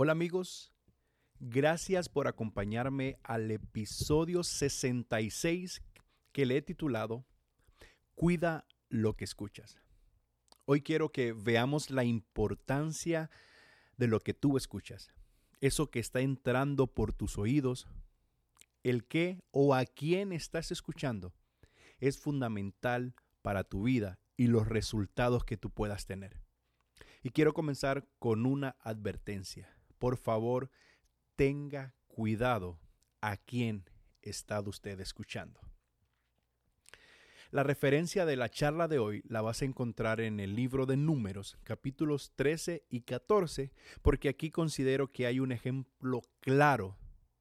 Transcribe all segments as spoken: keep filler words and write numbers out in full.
Hola amigos, gracias por acompañarme al episodio sesenta y seis que le he titulado Cuida lo que escuchas. Hoy quiero que veamos la importancia de lo que tú escuchas, eso que está entrando por tus oídos, el qué o a quién estás escuchando es fundamental para tu vida y los resultados que tú puedas tener. Y quiero comenzar con una advertencia. Por favor, tenga cuidado a quién está usted escuchando. La referencia de la charla de hoy la vas a encontrar en el libro de Números, capítulos trece y catorce, porque aquí considero que hay un ejemplo claro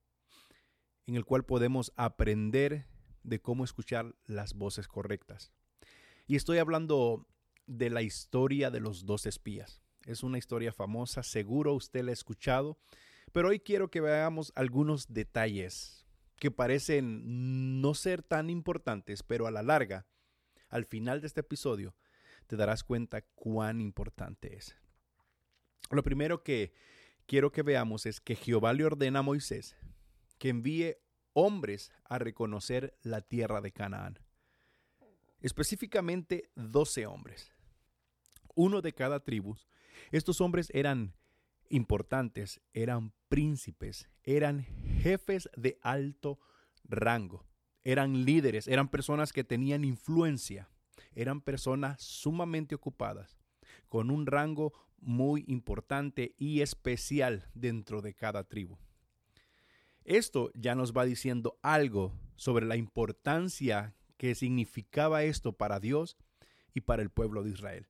en el cual podemos aprender de cómo escuchar las voces correctas. Y estoy hablando de la historia de los dos espías. Es una historia famosa, seguro usted la ha escuchado, pero hoy quiero que veamos algunos detalles que parecen no ser tan importantes, pero a la larga, al final de este episodio, te darás cuenta cuán importante es. Lo primero que quiero que veamos es que Jehová le ordena a Moisés que envíe hombres a reconocer la tierra de Canaán. Específicamente doce hombres, uno de cada tribu. Estos hombres eran importantes, eran príncipes, eran jefes de alto rango, eran líderes, eran personas que tenían influencia, eran personas sumamente ocupadas, con un rango muy importante y especial dentro de cada tribu. Esto ya nos va diciendo algo sobre la importancia que significaba esto para Dios y para el pueblo de Israel.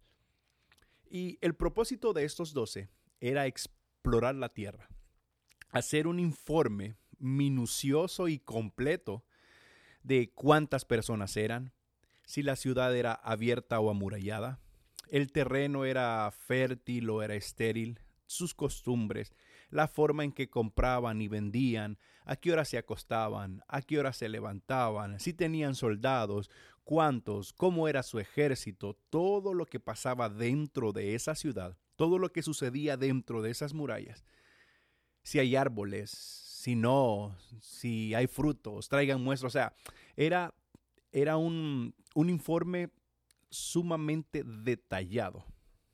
Y el propósito de estos doce era explorar la tierra, hacer un informe minucioso y completo de cuántas personas eran, si la ciudad era abierta o amurallada, el terreno era fértil o era estéril, sus costumbres, la forma en que compraban y vendían, a qué hora se acostaban, a qué hora se levantaban, si tenían soldados, cuántos, cómo era su ejército, todo lo que pasaba dentro de esa ciudad, todo lo que sucedía dentro de esas murallas. Si hay árboles, si no, si hay frutos, traigan muestras. O sea, era, era un, un informe sumamente detallado.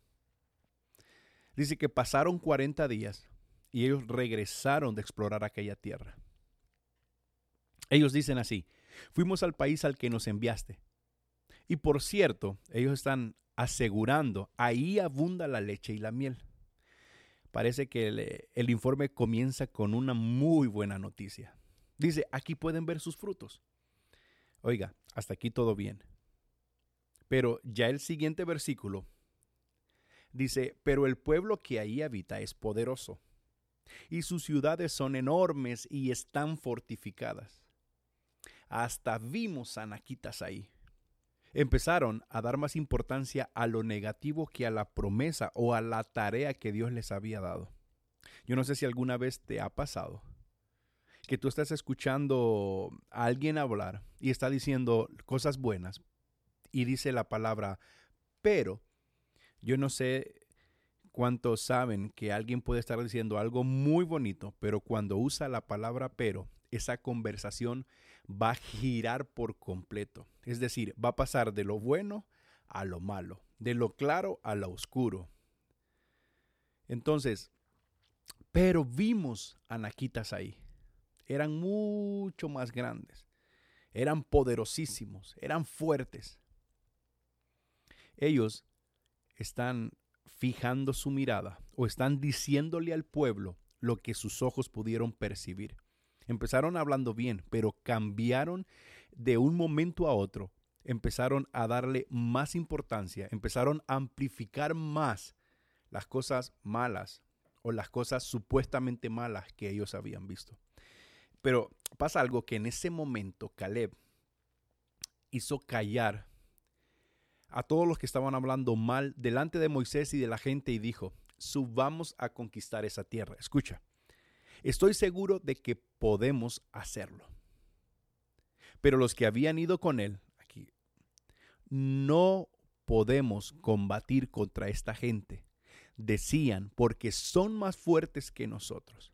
Dice que pasaron cuarenta días y ellos regresaron de explorar aquella tierra. Ellos dicen así: fuimos al país al que nos enviaste. Y por cierto, ellos están asegurando, ahí abunda la leche y la miel. Parece que el, el informe comienza con una muy buena noticia. Dice, aquí pueden ver sus frutos. Oiga, hasta aquí todo bien. Pero ya el siguiente versículo dice, pero el pueblo que ahí habita es poderoso, y sus ciudades son enormes y están fortificadas. Hasta vimos anaquitas ahí. Empezaron a dar más importancia a lo negativo que a la promesa o a la tarea que Dios les había dado. Yo no sé si alguna vez te ha pasado que tú estás escuchando a alguien hablar y está diciendo cosas buenas y dice la palabra pero. Yo no sé cuántos saben que alguien puede estar diciendo algo muy bonito, pero cuando usa la palabra pero, esa conversación va a girar por completo. Es decir, va a pasar de lo bueno a lo malo, de lo claro a lo oscuro. Entonces, pero vimos anaquitas ahí. Eran mucho más grandes, eran poderosísimos, eran fuertes. Ellos están fijando su mirada o están diciéndole al pueblo lo que sus ojos pudieron percibir. Empezaron hablando bien, pero cambiaron de un momento a otro. Empezaron a darle más importancia, empezaron a amplificar más las cosas malas o las cosas supuestamente malas que ellos habían visto. Pero pasa algo que en ese momento Caleb hizo callar a todos los que estaban hablando mal delante de Moisés y de la gente y dijo, subamos a conquistar esa tierra. Escucha, estoy seguro de que podemos hacerlo. Pero los que habían ido con él, aquí, no podemos combatir contra esta gente. decían, porque son más fuertes que nosotros.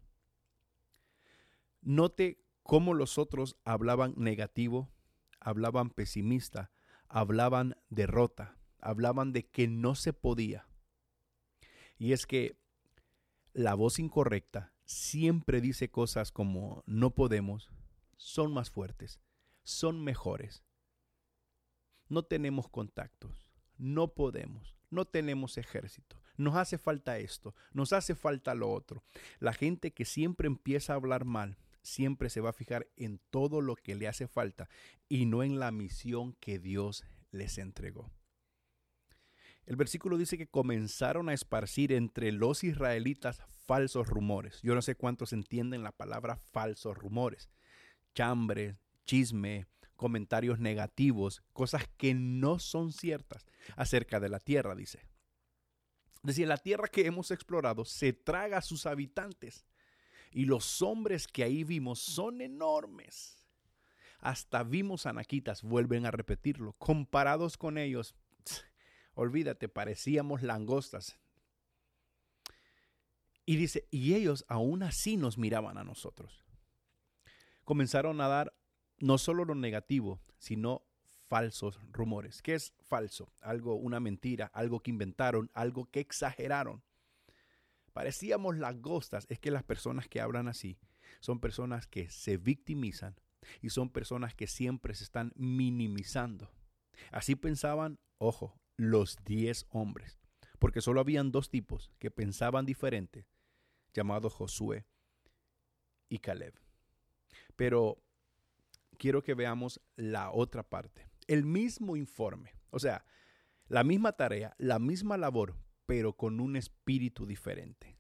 Note cómo los otros hablaban negativo, hablaban pesimista, hablaban derrota, hablaban de que no se podía. Y es que la voz incorrecta siempre dice cosas como no podemos, son más fuertes, son mejores, no tenemos contactos, no podemos, no tenemos ejército, nos hace falta esto, nos hace falta lo otro. La gente que siempre empieza a hablar mal, siempre se va a fijar en todo lo que le hace falta y no en la misión que Dios les entregó. El versículo dice que comenzaron a esparcir entre los israelitas falsos rumores. Yo no sé cuántos entienden la palabra falsos rumores. Chambre, chisme, comentarios negativos, cosas que no son ciertas acerca de la tierra, dice. Es decir, la tierra que hemos explorado se traga a sus habitantes. Y los hombres que ahí vimos son enormes. Hasta vimos anaquitas, vuelven a repetirlo. Comparados con ellos, tss, olvídate, parecíamos langostas. Y dice, y ellos aún así nos miraban a nosotros. Comenzaron a dar no solo lo negativo, sino falsos rumores. ¿Qué es falso? Algo, una mentira, algo que inventaron, algo que exageraron. Parecíamos langostas. Es que las personas que hablan así son personas que se victimizan y son personas que siempre se están minimizando. Así pensaban, ojo, los diez hombres, porque solo habían dos tipos que pensaban diferente, llamados Josué y Caleb. Pero quiero que veamos la otra parte. El mismo informe, o sea, la misma tarea, la misma labor, pero con un espíritu diferente.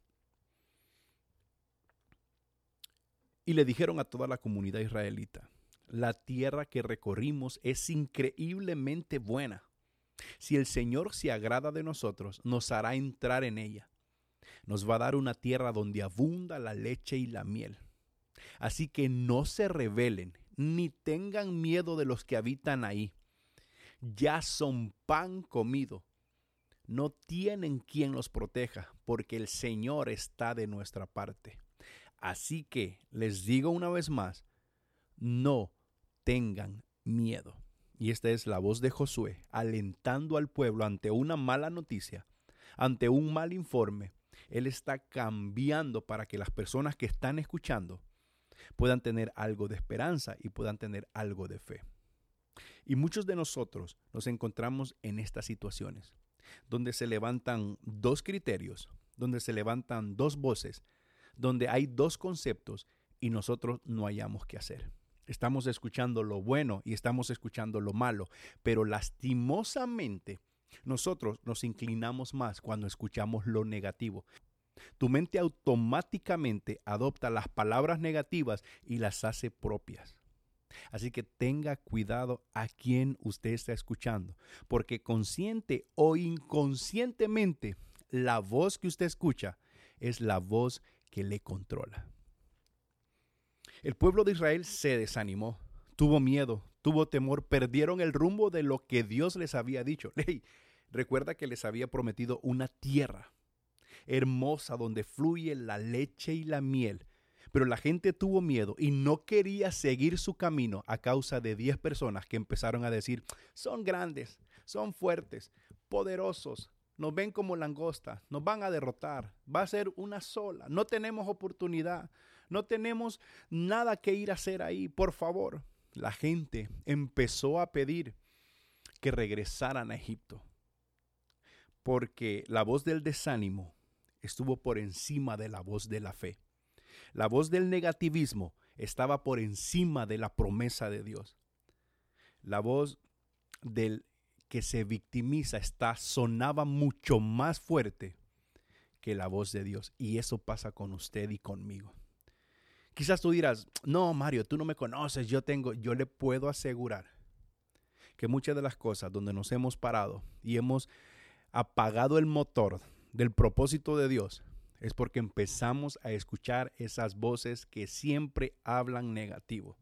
Y le dijeron a toda la comunidad israelita, la tierra que recorrimos es increíblemente buena. Si el Señor se agrada de nosotros, nos hará entrar en ella. Nos va a dar una tierra donde abunda la leche y la miel. Así que no se rebelen, ni tengan miedo de los que habitan ahí. Ya son pan comido. No tienen quien los proteja, porque el Señor está de nuestra parte. Así que les digo una vez más, no tengan miedo. Y esta es la voz de Josué, alentando al pueblo ante una mala noticia, ante un mal informe. Él está cambiando para que las personas que están escuchando puedan tener algo de esperanza y puedan tener algo de fe. Y muchos de nosotros nos encontramos en estas situaciones, donde se levantan dos criterios, donde se levantan dos voces, donde hay dos conceptos y nosotros no hayamos qué hacer. Estamos escuchando lo bueno y estamos escuchando lo malo, pero lastimosamente nosotros nos inclinamos más cuando escuchamos lo negativo. Tu mente automáticamente adopta las palabras negativas y las hace propias. Así que tenga cuidado a quién usted está escuchando, porque consciente o inconscientemente la voz que usted escucha es la voz que le controla. El pueblo de Israel se desanimó, tuvo miedo, tuvo temor, perdieron el rumbo de lo que Dios les había dicho. Hey, recuerda que les había prometido una tierra hermosa donde fluye la leche y la miel. Pero la gente tuvo miedo y no quería seguir su camino a causa de diez personas que empezaron a decir, son grandes, son fuertes, poderosos, nos ven como langosta, nos van a derrotar, va a ser una sola, no tenemos oportunidad, no tenemos nada que ir a hacer ahí, por favor. La gente empezó a pedir que regresaran a Egipto, porque la voz del desánimo estuvo por encima de la voz de la fe. La voz del negativismo estaba por encima de la promesa de Dios. La voz del que se victimiza está, sonaba mucho más fuerte que la voz de Dios. Y eso pasa con usted y conmigo. Quizás tú dirás, no, Mario, tú no me conoces, yo tengo, yo le puedo asegurar que muchas de las cosas donde nos hemos parado y hemos apagado el motor del propósito de Dios es porque empezamos a escuchar esas voces que siempre hablan negativo.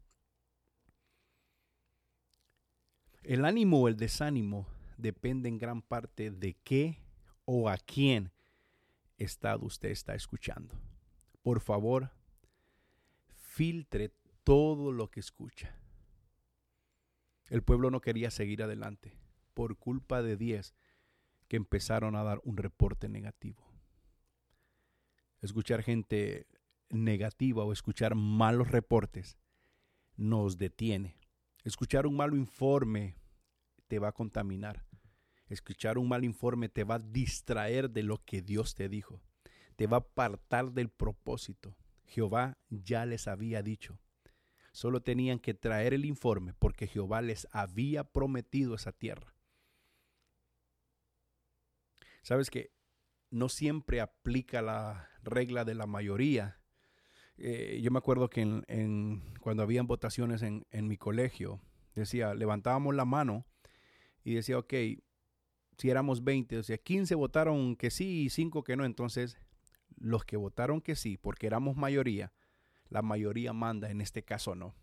El ánimo o el desánimo depende en gran parte de qué o a quién estado usted está escuchando. Por favor, filtre todo lo que escucha. El pueblo no quería seguir adelante por culpa de diez que empezaron a dar un reporte negativo. Escuchar gente negativa o escuchar malos reportes nos detiene. Escuchar un malo informe te va a contaminar. Escuchar un mal informe te va a distraer de lo que Dios te dijo. Te va a apartar del propósito. Jehová ya les había dicho. Solo tenían que traer el informe porque Jehová les había prometido esa tierra. ¿Sabes que no siempre aplica la regla de la mayoría? Eh, yo me acuerdo que en, en, cuando habían votaciones en, en mi colegio, decía, levantábamos la mano y decía, ok, si éramos veinte, o sea, quince votaron que sí y cinco que no. Entonces, los que votaron que sí, porque éramos mayoría, la mayoría manda, en este caso no.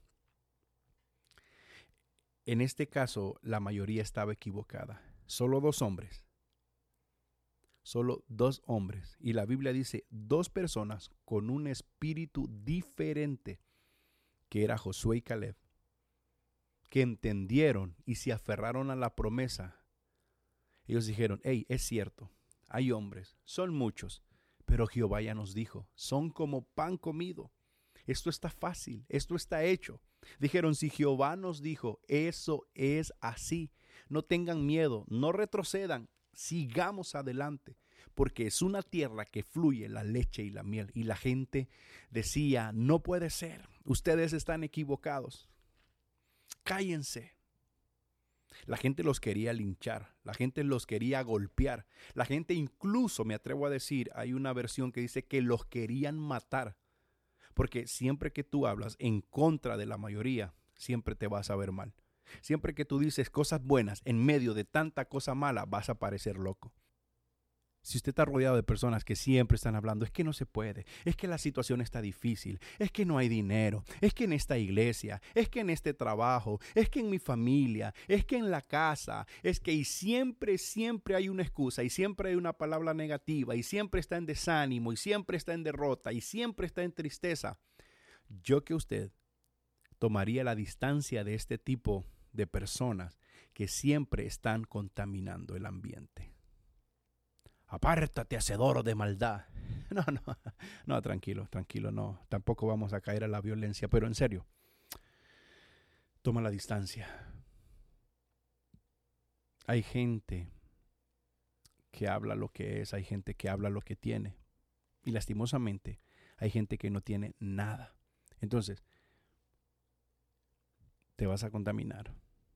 En este caso, la mayoría estaba equivocada. Solo dos hombres. Solo dos hombres. Y la Biblia dice, dos personas con un espíritu diferente, que era Josué y Caleb, que entendieron y se aferraron a la promesa. Ellos dijeron, hey, es cierto, hay hombres, son muchos, pero Jehová ya nos dijo, son como pan comido. Esto está fácil, esto está hecho. Dijeron, si Jehová nos dijo, eso es así. No tengan miedo, no retrocedan, sigamos adelante, porque es una tierra que fluye la leche y la miel. Y la gente decía, no puede ser, ustedes están equivocados, cállense. La gente los quería linchar, la gente los quería golpear, la gente incluso, me atrevo a decir, hay una versión que dice que los querían matar, porque siempre que tú hablas en contra de la mayoría, siempre te vas a ver mal. Siempre que tú dices cosas buenas en medio de tanta cosa mala, vas a parecer loco. Si usted está rodeado de personas que siempre están hablando, es que no se puede, es que la situación está difícil, es que no hay dinero, es que en esta iglesia, es que en este trabajo, es que en mi familia, es que en la casa, es que y siempre, siempre hay una excusa y siempre hay una palabra negativa y siempre está en desánimo y siempre está en derrota y siempre está en tristeza. Yo que usted tomaría la distancia de este tipo de personas que siempre están contaminando el ambiente. Apártate, hacedor de maldad. No, no, no, tranquilo, tranquilo, no. Tampoco vamos a caer a la violencia, pero en serio, toma la distancia. Hay gente que habla lo que es, hay gente que habla lo que tiene. Y lastimosamente, hay gente que no tiene nada. Entonces, te vas a contaminar.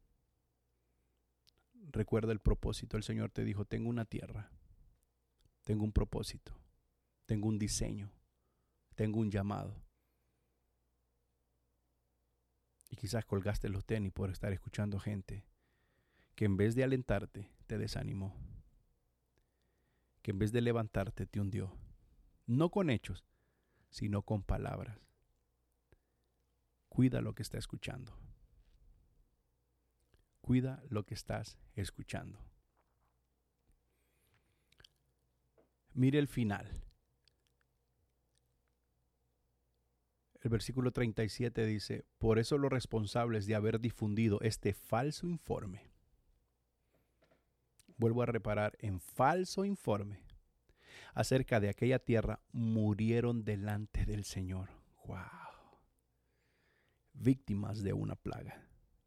Recuerda el propósito. El Señor te dijo, tengo una tierra. Tengo un propósito, tengo un diseño, tengo un llamado. Y quizás colgaste los tenis por estar escuchando gente que en vez de alentarte, te desanimó. Que en vez de levantarte, te hundió. No con hechos, sino con palabras. Cuida lo que estás escuchando. Cuida lo que estás escuchando. Mire el final. El versículo treinta y siete dice, por eso los responsables de haber difundido este falso informe, vuelvo a reparar en falso informe, acerca de aquella tierra, murieron delante del Señor. ¡Wow! Víctimas de una plaga.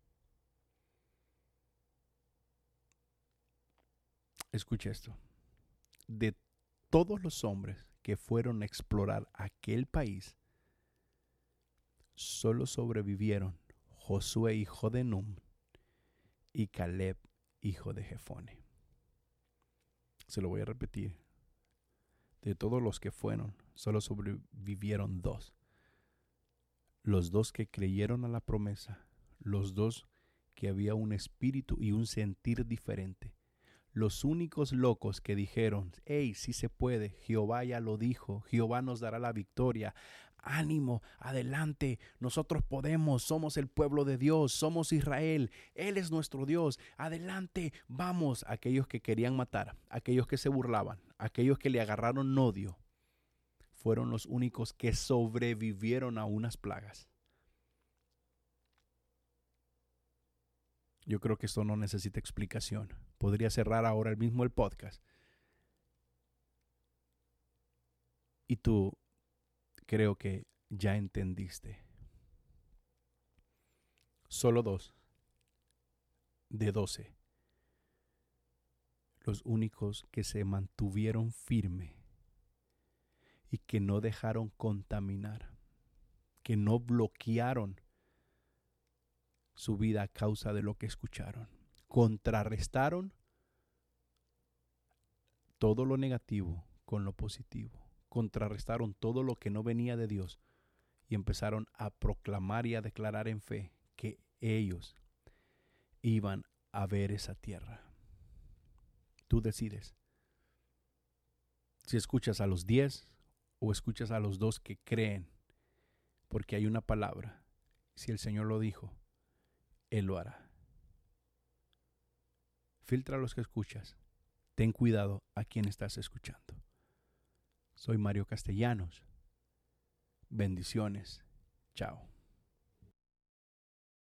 Escuche esto. De todos los hombres que fueron a explorar aquel país, solo sobrevivieron Josué, hijo de Nun, y Caleb, hijo de Jefone. Se lo voy a repetir. De todos los que fueron, solo sobrevivieron dos. Los dos que creyeron a la promesa, los dos que había un espíritu y un sentir diferente. Los únicos locos que dijeron, hey, sí se puede, Jehová ya lo dijo, Jehová nos dará la victoria, ánimo, adelante, nosotros podemos, somos el pueblo de Dios, somos Israel, Él es nuestro Dios, adelante, vamos. Aquellos que querían matar, aquellos que se burlaban, aquellos que le agarraron odio, fueron los únicos que sobrevivieron a unas plagas. Yo creo que esto no necesita explicación. Podría cerrar ahora mismo el podcast. Y tú creo que ya entendiste. Solo dos de doce. Los únicos que se mantuvieron firme y que no dejaron contaminar, que no bloquearon su vida a causa de lo que escucharon. Contrarrestaron todo lo negativo con lo positivo. Contrarrestaron todo lo que no venía de Dios y empezaron a proclamar y a declarar en fe que ellos iban a ver esa tierra. Tú decides si escuchas a los diez o escuchas a los dos que creen, porque hay una palabra. Si el Señor lo dijo, Él lo hará. Filtra los que escuchas. Ten cuidado a quien estás escuchando. Soy Mario Castellanos. Bendiciones. Chao.